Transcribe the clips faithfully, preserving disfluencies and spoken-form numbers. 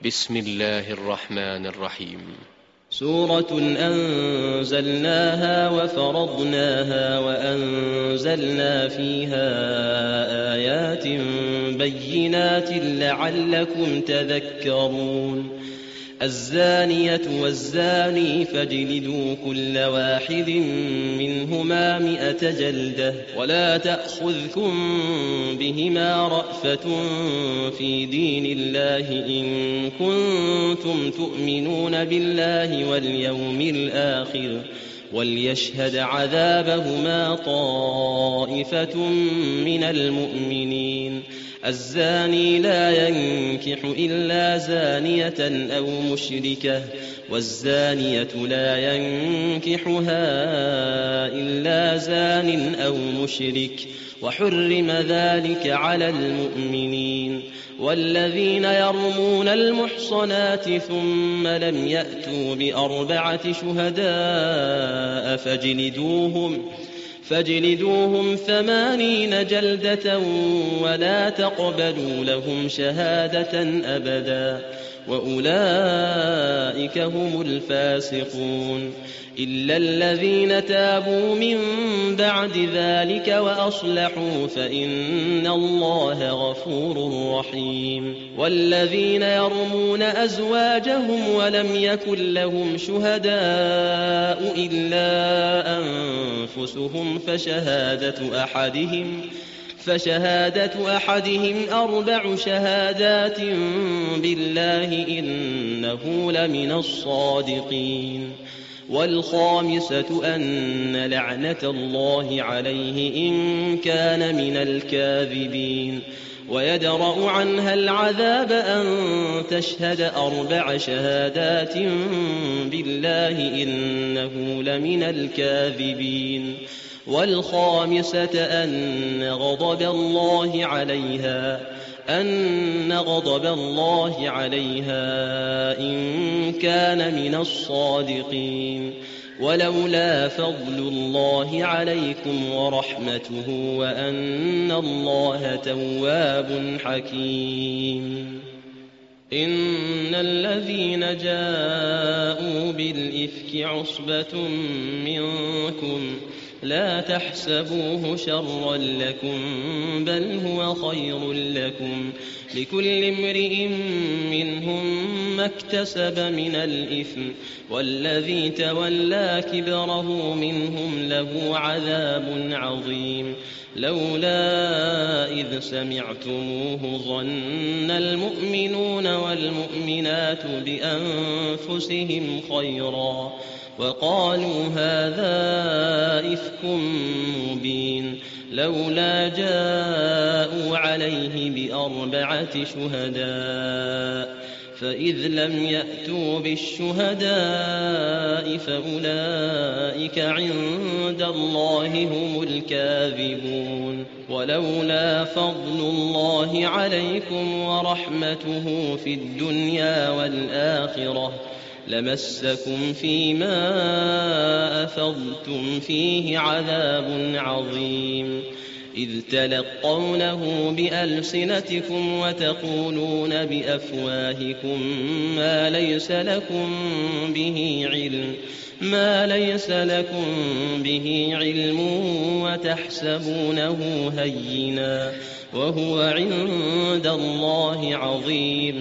بسم الله الرحمن الرحيم. سورة أنزلناها وفرضناها وأنزلنا فيها آيات بينات لعلكم تذكرون. الزانية والزاني فاجلدوا كل واحد منهما مئة جلدة ولا تأخذكم بهما رأفة في دين الله إن كنتم تؤمنون بالله واليوم الآخر وليشهد عذابهما طائفة من المؤمنين. الزاني لا ينكح إلا زانية أو مشركة والزانية لا ينكحها إلا زان أو مشرك وحرم ذلك على المؤمنين. والذين يرمون المحصنات ثم لم يأتوا بأربعة شهداء فاجلدوهم فاجلدوهم ثمانين جلدة ولا تقبلوا لهم شهادة أبدا وأولئك هم الفاسقون. إلا الذين تابوا من بعد ذلك وأصلحوا فإن الله غفور رحيم. والذين يرمون أزواجهم ولم يكن لهم شهداء إلا أنفسهم فشهادة أحدهم فشهادة أحدهم أربع شهادات بالله إنه لمن الصادقين. والخامسة أن لعنة الله عليه إن كان من الكاذبين. ويدرأ عنها العذاب أن تشهد أربع شهادات بالله إنه لمن الكاذبين. والخامسة أن غضب الله عليها أن غضب الله عليها إن كان من الصادقين. ولولا فضل الله عليكم ورحمته وأن الله تواب حكيم. إن الذين جاءوا بالإفك عصبة منكم لا تحسبوه شرا لكم بل هو خير لكم لكل امرئ منهم ما اكتسب من الإثم والذي تولى كبره منهم له عذاب عظيم. لولا إذ سمعتموه ظن المؤمنون والمؤمنات بأنفسهم خيرا وقالوا هذا إفك مبين. لولا جاءوا عليه بأربعة شهداء فإذ لم يأتوا بالشهداء فأولئك عند الله هم الكاذبون. ولولا فضل الله عليكم ورحمته في الدنيا والآخرة لمسكم فيما أفضتم فيه عذاب عظيم. إذ تلقونه بألسنتكم وتقولون بأفواهكم ما ليس لكم به علم ما ليس لكم به علم وتحسبونه هينا وهو عند الله عظيم.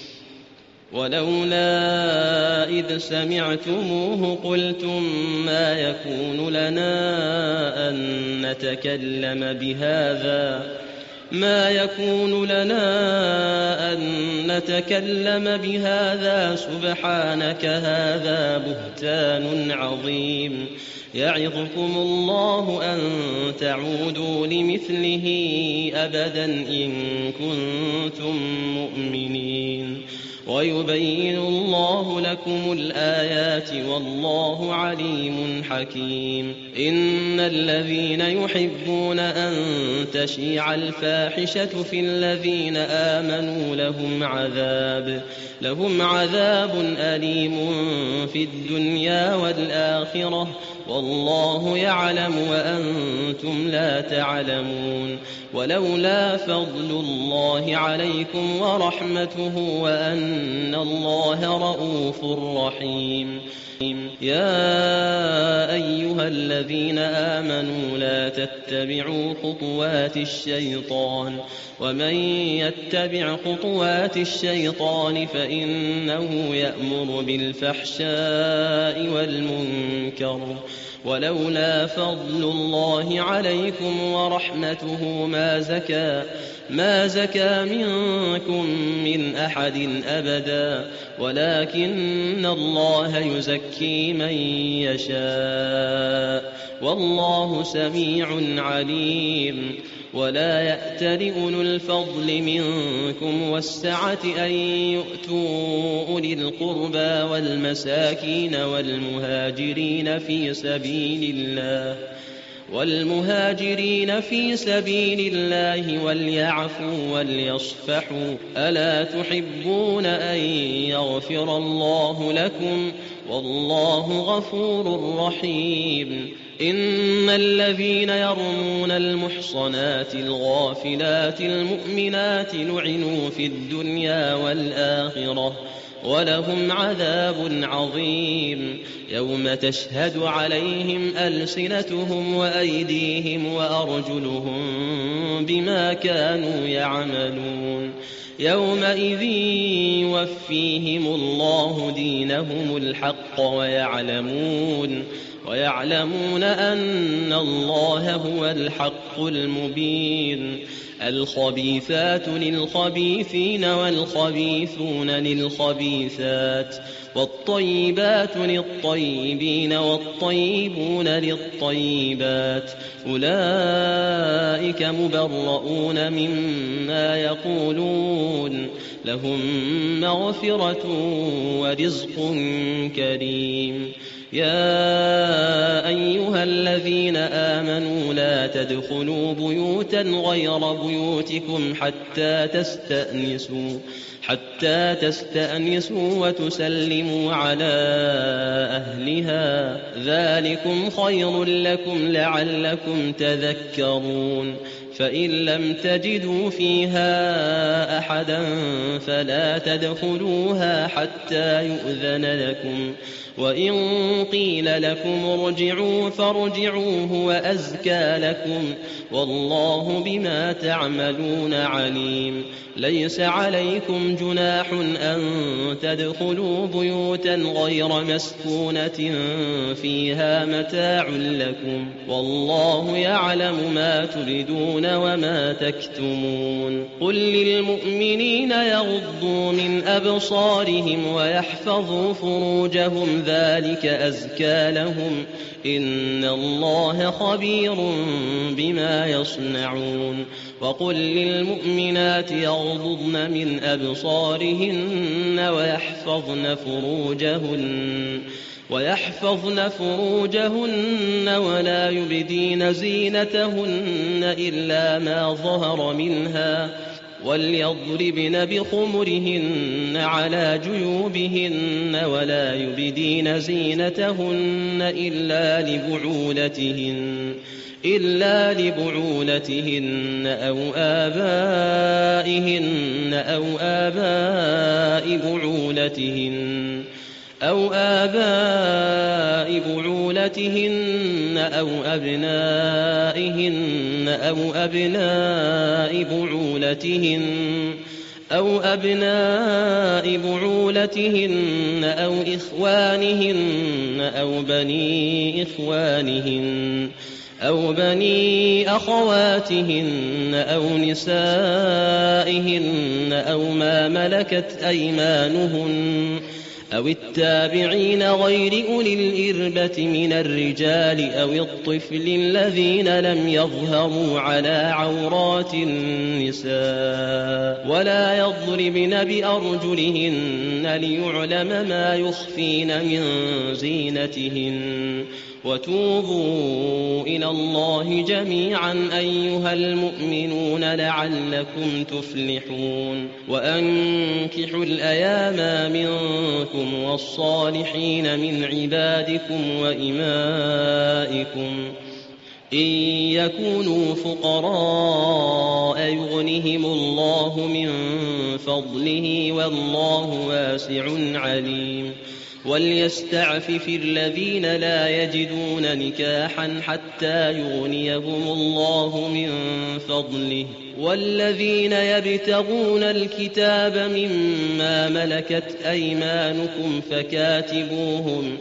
ولولا إذ سمعتموه قلتم ما يكون لنا أن نتكلم بهذا ما يكون لنا أن نتكلم بهذا سبحانك هذا بهتان عظيم. يعظكم الله أن تعودوا لمثله أبدا إن كنتم مؤمنين. ويبين الله لكم الآيات والله عليم حكيم. إن الذين يحبون أن تشيع الفاحشة في الذين آمنوا لهم عذاب لهم عذاب أليم في الدنيا والآخرة والله يعلم وأنتم لا تعلمون. ولولا فضل الله عليكم ورحمته وأن إن الله رؤوف رحيم. يا أيها الذين آمنوا لا تتبعوا خطوات الشيطان ومن يتبع خطوات الشيطان فإنه يأمر بالفحشاء والمنكر ولولا فضل الله عليكم ورحمته ما زكى ما زكى منكم من أحد أبدا ولكن الله يزكي من يشاء والله سميع عليم. ولا يأتل أولو الفضل منكم والسعة أن يؤتوا أولي القربى والمساكين والمهاجرين في سبيل الله والمهاجرين في سبيل الله وليعفوا وليصفحوا ألا تحبون أن يغفر الله لكم والله غفور رحيم. إن الذين يرمون المحصنات الغافلات المؤمنات لعنوا في الدنيا والآخرة ولهم عذاب عظيم يوم تشهد عليهم ألسنتهم وأيديهم وأرجلهم بما كانوا يعملون يومئذ يوفيهم الله دينهم الحق ويعلمون ويعلمون أن الله هو الحق المبين. الخبيثات للخبيثين والخبيثون للخبيثات والطيبات للطيبين والطيبون للطيبات أولئك مبرؤون مما يقولون لهم مغفرة ورزق كريم. يا أيها الذين آمنوا لا تدخلوا بيوتا غير بيوتكم حتى تستأنسوا حتى تستأنسوا وتسلموا على أهلها ذلكم خير لكم لعلكم تذكرون. فإن لم تجدوا فيها أحدا فلا تدخلوها حتى يؤذن لكم وإن قيل لكم ارجعوا فارجعوا هو أزكى لكم والله بما تعملون عليم. ليس عليكم جناح أن تدخلوا بيوتا غير مسكونة فيها متاع لكم والله يعلم ما تبدون وما تكتمون. قل للمؤمنين يغضوا من أبصارهم ويحفظوا فروجهم ذلك أزكى لهم إن الله خبير بما يصنعون. وقل للمؤمنات يغضضن من أبصارهن ويحفظن فروجهن ويحفظن فروجهن ولا يبدين زينتهن إلا ما ظهر منها وليضربن بخمرهن على جيوبهن ولا يبدين زينتهن إلا لبعولتهن إلا لبعولتهن أو آبائهن أو آباء بعولتهن أو آباء بعولتهن أو أبنائهن أو أبناء بعولتهن أو أبناء بعولتهن أو إخوانهن أو بني إخوانهن أو بني أخواتهن أو نسائهن أو ما ملكت أيمانهن أو التابعين غير أولي الإربة من الرجال أو الطفل الذين لم يظهروا على عورات النساء ولا يضربن بأرجلهن ليعلم ما يخفين من زينتهن. وتوبوا إلى الله جميعا أيها المؤمنون لعلكم تفلحون. وأنكحوا الأيام منكم والصالحين من عبادكم وإمائكم إن يكونوا فقراء يغنهم الله من فضله والله واسع عليم وليستعفف الذين لا يجدون نكاحا حتى يغنيهم الله من فضله والذين يبتغون الكتاب مما ملكت أيمانكم فكاتبوهم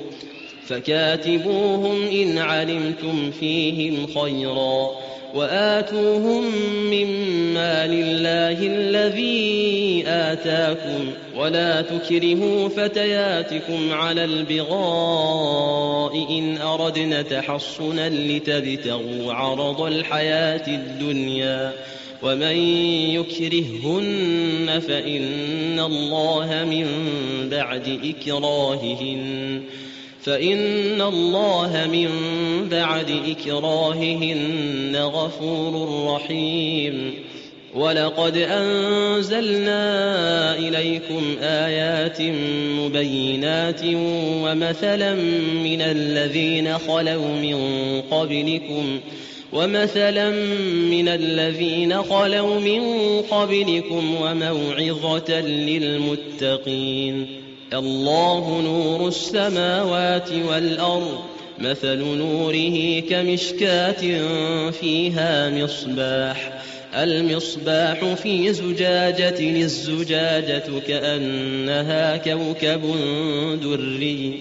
فكاتبوهم إن علمتم فيهم خيرا وآتوهم مما لله الذي آتاكم ولا تكرهوا فتياتكم على البغاء إن أردن تحصنا لتبتغوا عرض الحياة الدنيا ومن يكرههن فإن الله من بعد إكراههن فإن الله من بعد إكراههن غفور رحيم ولقد أنزلنا إليكم آيات مبينات ومثلا من الذين خلوا من قبلكم ومثلا من الذين خلوا من قبلكم وموعظة للمتقين الله نور السماوات والأرض مثل نوره كمشكاة فيها مصباح المصباح في زجاجة الزجاجة كأنها كوكب دري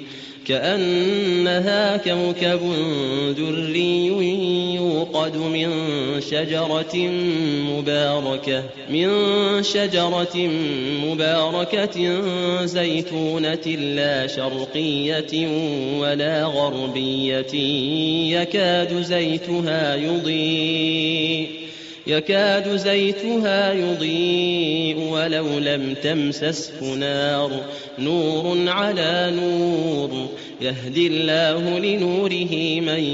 كأنها كوكب دري يوقد من شجرة مباركة من شجرة مباركة زيتونة لا شرقية ولا غربية يكاد زيتها يضيء يكاد زيتها يضيء ولو لم تمسسه نار نور على نور يهدي الله لنوره من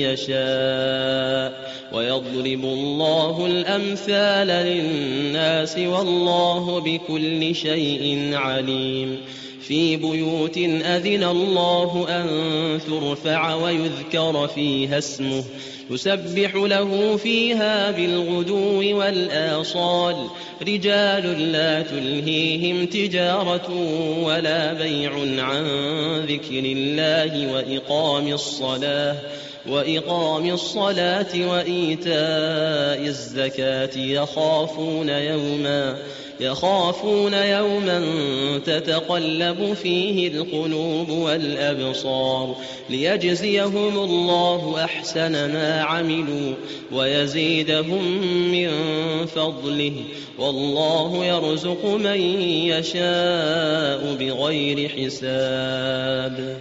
يشاء ويضرب الله الأمثال للناس والله بكل شيء عليم في بيوت أذن الله أن ترفع ويذكر فيها اسمه يسبح له فيها بالغدو والآصال رجال لا تلهيهم تجارة ولا بيع عن ذكر الله وإقام الصلاة وإقام الصلاة وإيتاء الزكاة يخافون يوما يخافون يوما تتقلب فيه القلوب والأبصار ليجزيهم الله أحسن ما عملوا ويزيدهم من فضله والله يرزق من يشاء بغير حساب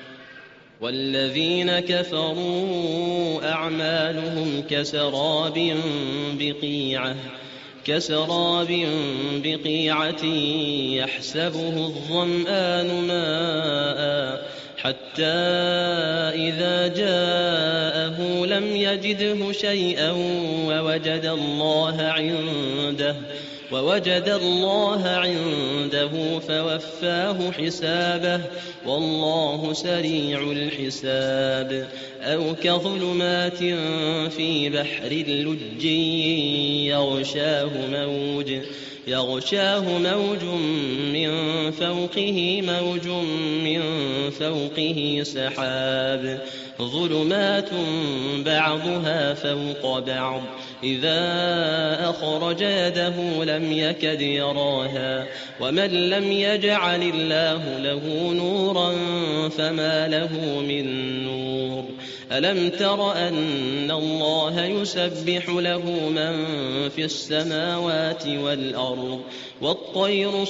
والذين كفروا أعمالهم كسراب بقيعة كسراب بقيعة يحسبه الظمآن ماء حتى إذا جاءه لم يجده شيئا ووجد الله عنده ووجد الله عنده فوفاه حسابه والله سريع الحساب أو كظلمات في بحر لج يغشاه موج يغشاه موج من فوقه موج من فوقه سحاب ظلمات بعضها فوق بعض إذا أخرج يده لم يكد يراها ومن لم يجعل الله له نورا فما له من نور ألم تر أن الله يسبح له من في السماوات والأرض والطير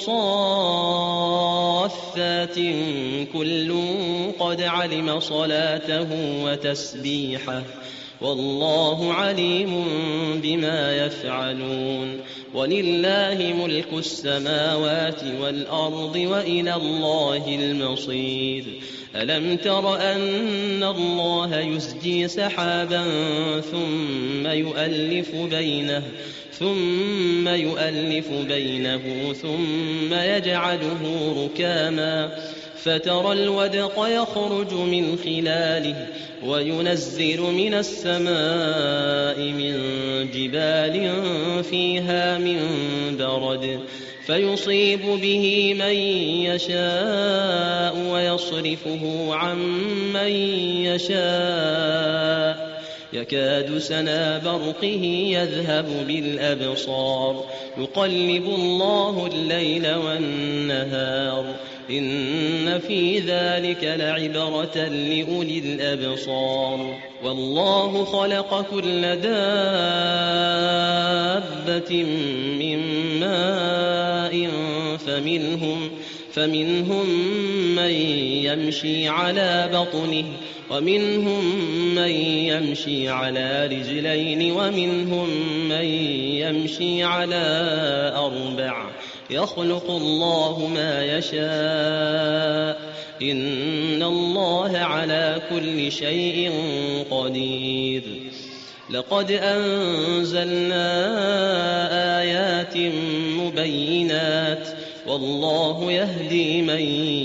صافات كل قد علم صلاته وتسبيحه والله عليم بما يفعلون ولله ملك السماوات والأرض وإلى الله المصير ألم تر أن الله يزجي سحابا ثم يؤلف بينه ثم يؤلف بينه ثم يجعله ركاما فترى الودق يخرج من خلاله وينزل من السماء السماء من جبال فيها من برد فيصيب به من يشاء ويصرفه عن من يشاء يكاد سنا برقه يذهب بالأبصار يقلب الله الليل والنهار إن في ذلك لعبرة لأولي الأبصار والله خلق كل دابة من ماء فمنهم فمنهم من يمشي على بطنه ومنهم من يمشي على رجلين ومنهم من يمشي على أربع يخلق الله ما يشاء إن الله على كل شيء قدير لقد أنزلنا آيات مبينات والله يهدي من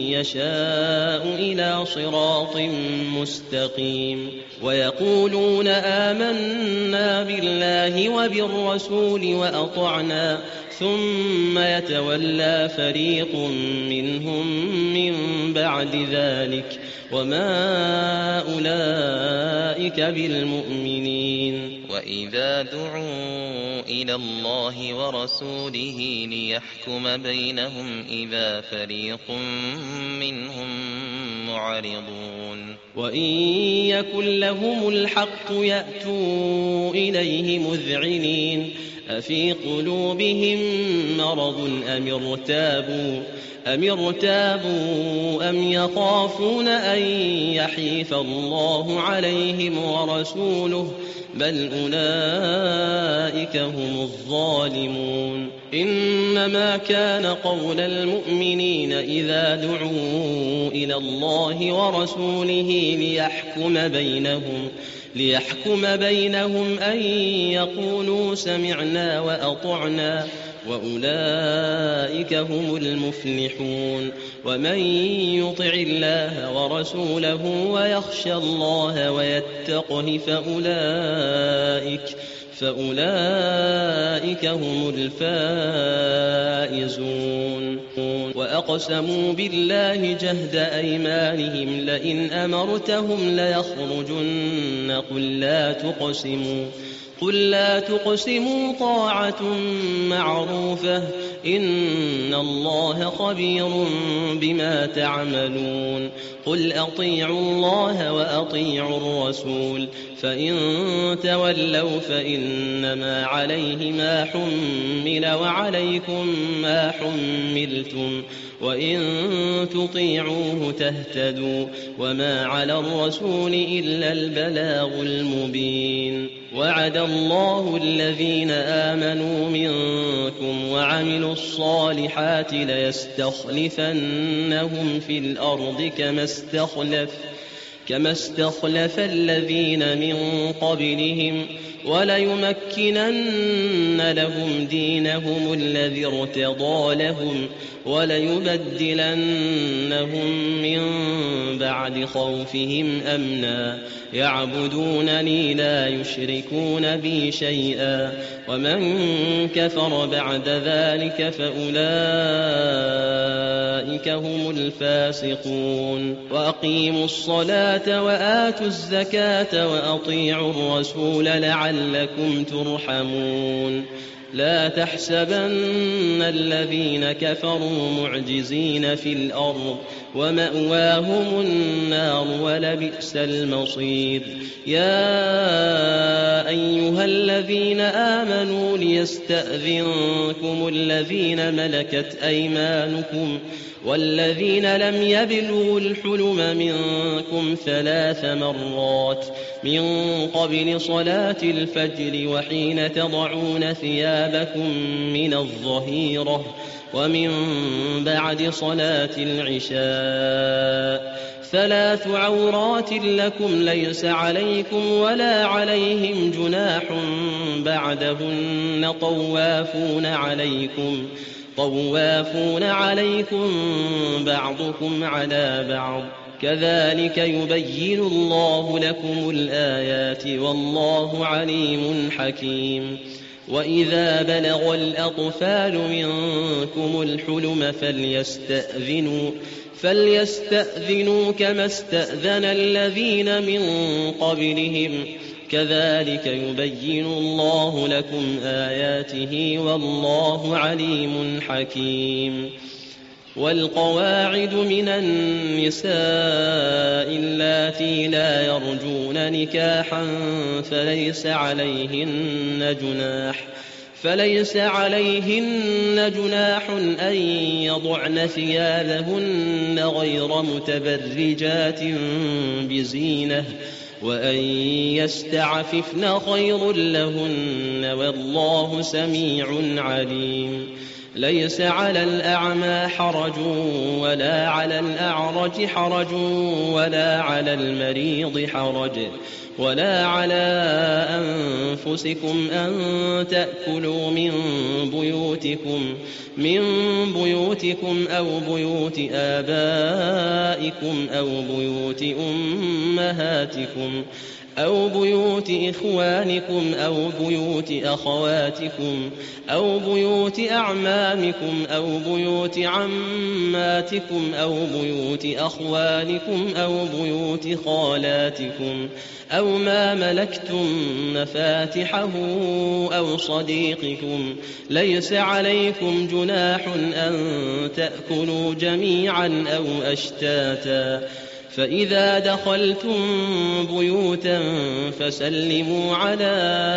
يشاء إلى صراط مستقيم ويقولون آمنا بالله وبالرسول وأطعنا ثم يتولى فريق منهم من بعد ذلك وما أولئك بالمؤمنين وإذا دعوا إلى الله ورسوله ليحكم بينهم إذا فريق منهم معرضون وإن يكن لهم الحق يأتوا إليه مذعنين أفي قلوبهم مرض أم ارتابوا أم ارتابوا أم يخافون أن يحيف الله عليهم ورسوله بل أولئك هم الظالمون إنما كان قول المؤمنين إذا دعوا إلى الله ورسوله ليحكم بينهم ليحكم بينهم أن يقولوا سمعنا وأطعنا وأولئك هم المفلحون ومن يطع الله ورسوله ويخشى الله ويتقه فأولئك فأولئك هم الفائزون وأقسموا بالله جهد أيمانهم لئن أمرتهم ليخرجن قل لا تقسموا قل لا تقسموا طاعة معروفة إن الله خبير بما تعملون قل أطيعوا الله وأطيعوا الرسول فإن تولوا فإنما عليه ما حمل وعليكم ما حملتم وإن تطيعوه تهتدوا وما على الرسول إلا البلاغ المبين وعد الله الذين آمنوا منكم وعملوا الصالحات ليستخلفنهم في الأرض كما استخلف كما استخلف الذين من قبلهم وليمكنن لهم دينهم الذي ارتضى لهم وليبدلنهم من بعد خوفهم أمنا يعبدونني لا يشركون بي شيئا ومن كفر بعد ذلك فأولئك هم الفاسقون وأقيموا الصلاة وآتوا الزكاة وأطيعوا الرسول لعلكم ترحمون لا تحسبن الذين كفروا معجزين في الأرض ومأواهم النار ولبئس المصير يا أيها الذين آمنوا ليستأذنكم الذين ملكت أيمانكم والذين لم يبلغوا الحلم منكم ثلاث مرات من قبل صلاة الفجر وحين تضعون ثيابكم من الظهيرة ومن بعد صلاة العشاء ثلاث عورات لكم ليس عليكم ولا عليهم جناح بعدهن طوافون عليكم طوافون عليكم بعضكم على بعض كذلك يبين الله لكم الآيات والله عليم حكيم. وإذا بلغ الأطفال منكم الحلم فليستأذنوا فليستأذنوا كما استأذن الذين من قبلهم كذلك يبين الله لكم آياته والله عليم حكيم. والقواعد من النساء اللاتي لا يرجون نكاحا فليس عليهن جناح فليس عليهن جناح أن يضعن ثيابهن غير متبرجات بزينة وأن يستعففن خير لهن والله سميع عليم. ليس على الأعمى حرج ولا على الأعرج حرج ولا على المريض حرج ولا على أنفسكم أن تأكلوا من بيوتكم من بيوتكم أو بيوت آبائكم أو بيوت أمهاتكم أو بيوت إخوانكم أو بيوت أخواتكم أو بيوت أعمامكم أو بيوت عماتكم أو بيوت أخوالكم أو بيوت خالاتكم أو ما ملكتم مفاتحه أو صديقكم. ليس عليكم جناح أن تأكلوا جميعا أو أشتاتا. فإذا دخلتم بيوتا فسلموا على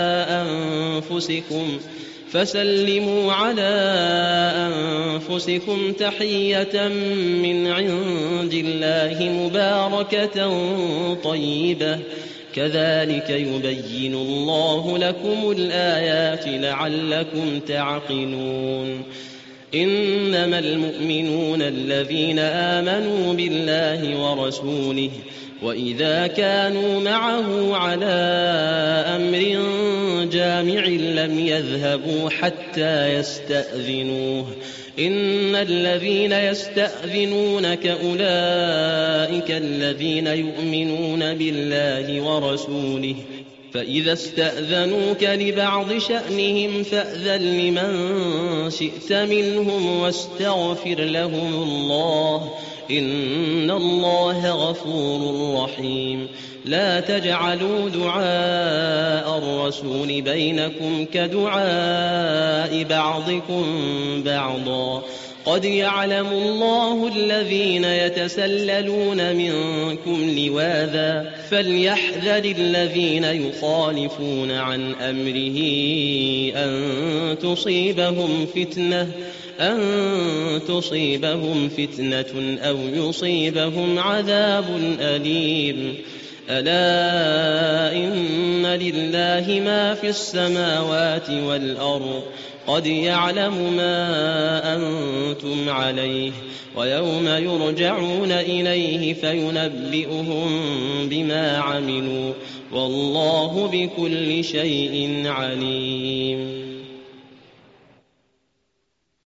أنفسكم فسلموا على أنفسكم تحية من عند الله مباركة طيبة كذلك يبين الله لكم الآيات لعلكم تعقلون. إنما المؤمنون الذين آمنوا بالله ورسوله وإذا كانوا معه على أمر جامع لم يذهبوا حتى يستأذنوه. إن الذين يستأذنونك أولئك الذين يؤمنون بالله ورسوله فإذا استأذنوك لبعض شأنهم فأذن لمن شئت منهم واستغفر لهم الله إن الله غفور رحيم. لا تجعلوا دعاء الرسول بينكم كدعاء بعضكم بعضا قد يعلم الله الذين يتسللون منكم لواذا فليحذر الذين يخالفون عن أمره أن تصيبهم فتنة أن تصيبهم فتنة أو يصيبهم عذاب أليم. ألا إن لله ما في السماوات والأرض قد يعلم ما أنتم عليه ويوم يرجعون إليه فينبئهم بما عملوا والله بكل شيء عليم.